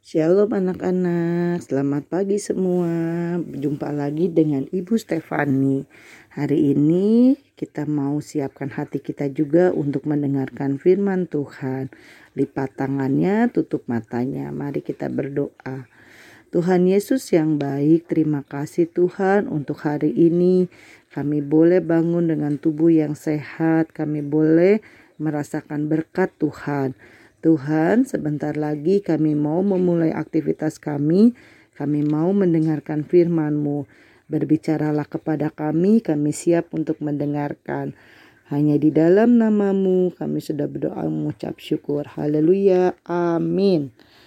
Shalom anak-anak, selamat pagi semua. Berjumpa lagi dengan Ibu Stefani. Hari ini kita mau siapkan hati kita juga untuk mendengarkan firman Tuhan. Lipat tangannya, tutup matanya. Mari kita berdoa. Tuhan Yesus yang baik, terima kasih Tuhan untuk hari ini. Kami boleh bangun dengan tubuh yang sehat. Kami boleh merasakan berkat Tuhan. Tuhan, sebentar lagi kami mau memulai aktivitas kami. Kami mau mendengarkan firman-Mu. Berbicaralah kepada kami siap untuk mendengarkan. Hanya di dalam nama-Mu kami sudah berdoa mengucap syukur. Haleluya, amin.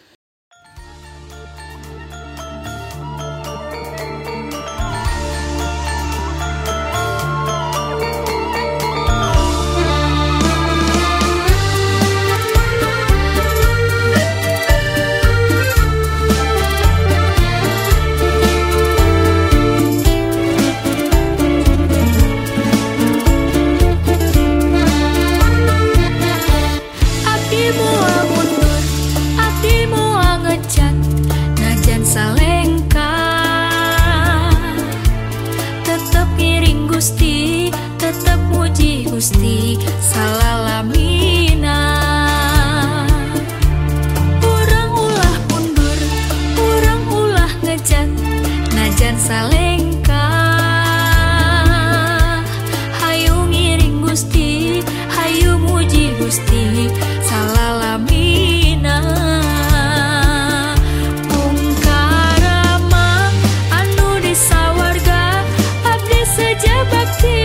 Tetap muji Gusti salalamina. Urang ulah mundur, urang ulah ngejat, najan salengka. Hayu ngiring Gusti, hayu muji Gusti salalamina. Ungkarama anu di sawarga abdi sejabakti.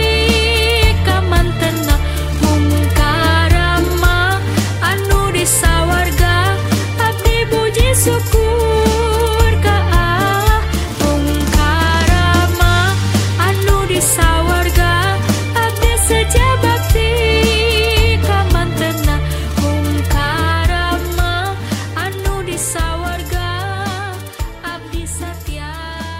Syukur ka Allah, ungkarama anu di sawarga abdi sejabakti kamantena. Ungkarama anu di sawarga abdi setia.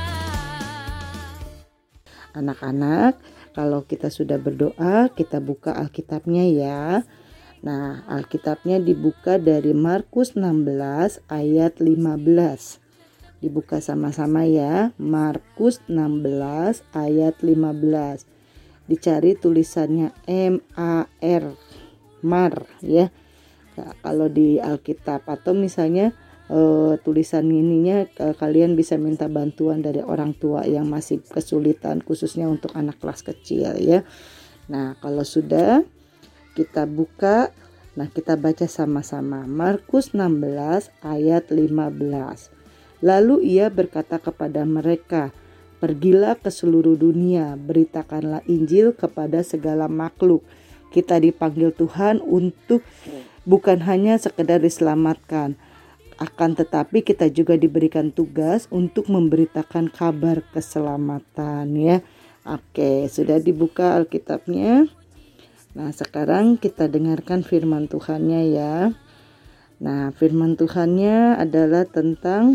Anak-anak, kalau kita sudah berdoa, kita buka Alkitabnya ya. Nah, Alkitabnya dibuka dari Markus 16 ayat 15. Dibuka sama-sama ya. Markus 16 ayat 15. Dicari tulisannya M-A-R, Mar ya. Nah, kalau di Alkitab atau misalnya tulisan ininya kalian bisa minta bantuan dari orang tua yang masih kesulitan, khususnya untuk anak kelas kecil ya. Nah, kalau sudah kita buka, nah kita baca sama-sama Markus 16 ayat 15. Lalu ia berkata kepada mereka, pergilah ke seluruh dunia, beritakanlah Injil kepada segala makhluk. Kita dipanggil Tuhan untuk bukan hanya sekedar diselamatkan, akan tetapi kita juga diberikan tugas untuk memberitakan kabar keselamatan ya. Oke, sudah dibuka Alkitabnya. Nah, sekarang kita dengarkan firman Tuhannya ya. Nah, firman Tuhannya adalah tentang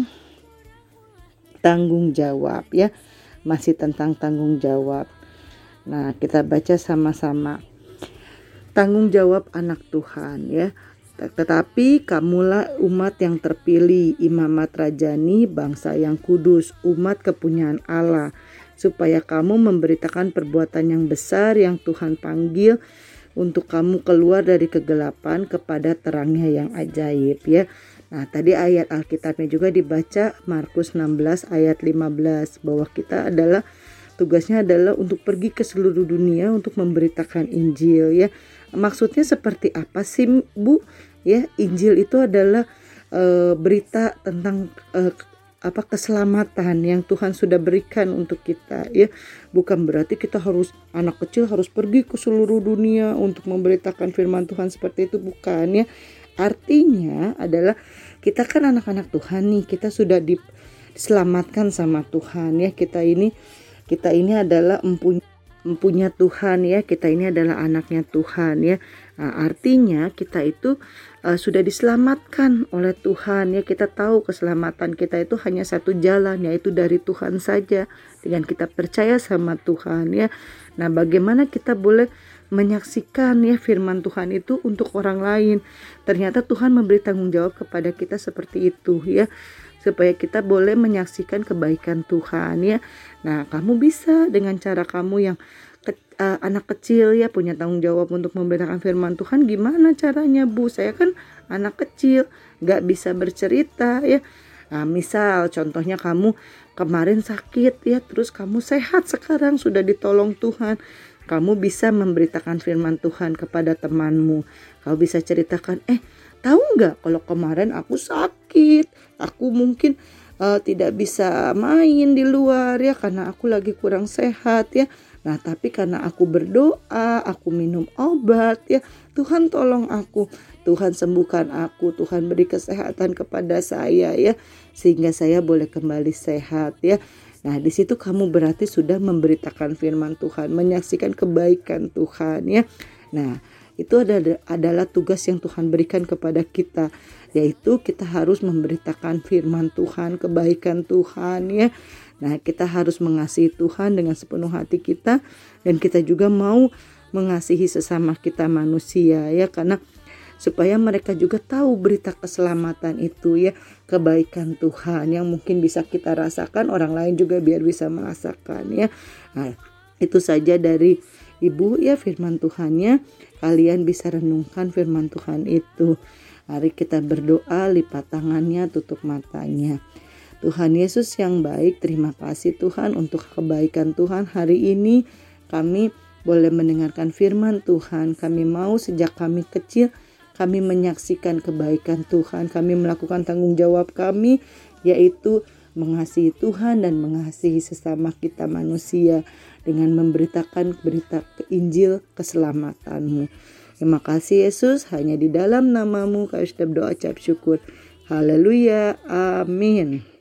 tanggung jawab ya. Masih tentang tanggung jawab. Nah, kita baca sama-sama. Tanggung jawab anak Tuhan ya. Tetapi kamulah umat yang terpilih, imamat rajani, bangsa yang kudus, umat kepunyaan Allah, supaya kamu memberitakan perbuatan yang besar yang Tuhan panggil untuk kamu keluar dari kegelapan kepada terangnya yang ajaib ya. Nah, tadi ayat Alkitabnya juga dibaca Markus 16 ayat 15 bahwa kita adalah tugasnya adalah untuk pergi ke seluruh dunia untuk memberitakan Injil ya. Maksudnya seperti apa sih Bu? Ya, Injil itu adalah berita tentang keselamatan yang Tuhan sudah berikan untuk kita ya. Bukan berarti kita harus, anak kecil harus pergi ke seluruh dunia untuk memberitakan firman Tuhan, seperti itu bukan ya. Artinya adalah kita kan anak-anak Tuhan nih, kita sudah diselamatkan sama Tuhan ya. Kita ini adalah empunya Tuhan ya, kita ini adalah anaknya Tuhan ya. Nah, artinya kita itu sudah diselamatkan oleh Tuhan ya. Kita tahu keselamatan kita itu hanya satu jalan, yaitu dari Tuhan saja, dengan kita percaya sama Tuhan ya. Nah, bagaimana kita boleh menyaksikan ya firman Tuhan itu untuk orang lain. Ternyata Tuhan memberi tanggung jawab kepada kita seperti itu ya, supaya kita boleh menyaksikan kebaikan Tuhan ya. Nah, kamu bisa dengan cara kamu yang anak kecil ya, punya tanggung jawab untuk memberitakan firman Tuhan. Gimana caranya, Bu? Saya kan anak kecil, gak bisa bercerita ya. Nah, misal contohnya kamu kemarin sakit ya, terus kamu sehat sekarang, sudah ditolong Tuhan. Kamu bisa memberitakan firman Tuhan kepada temanmu. Kamu bisa ceritakan, tahu nggak kalau kemarin aku sakit, aku mungkin tidak bisa main di luar ya karena aku lagi kurang sehat ya. Nah, tapi karena aku berdoa, aku minum obat ya, Tuhan tolong aku, Tuhan sembuhkan aku, Tuhan beri kesehatan kepada saya ya, sehingga saya boleh kembali sehat ya. Nah, di situ kamu berarti sudah memberitakan firman Tuhan, menyaksikan kebaikan Tuhan ya. Nah, itu adalah tugas yang Tuhan berikan kepada kita, yaitu kita harus memberitakan firman Tuhan, kebaikan Tuhan ya. Nah, kita harus mengasihi Tuhan dengan sepenuh hati kita, dan kita juga mau mengasihi sesama kita manusia ya, karena supaya mereka juga tahu berita keselamatan itu ya, kebaikan Tuhan yang mungkin bisa kita rasakan, orang lain juga biar bisa merasakan ya. Nah, itu saja dari Ibu ya firman Tuhannya. Kalian bisa renungkan firman Tuhan itu. Mari kita berdoa, lipat tangannya, tutup matanya. Tuhan Yesus yang baik, terima kasih Tuhan untuk kebaikan Tuhan. Hari ini kami boleh mendengarkan firman Tuhan. Kami mau sejak kami kecil, kami menyaksikan kebaikan Tuhan. Kami melakukan tanggung jawab kami, yaitu mengasihi Tuhan dan mengasihi sesama kita manusia dengan memberitakan berita Injil keselamatan-Mu. Terima kasih Yesus, hanya di dalam nama-Mu kami sudah berdoa ucap syukur. Haleluya, amin.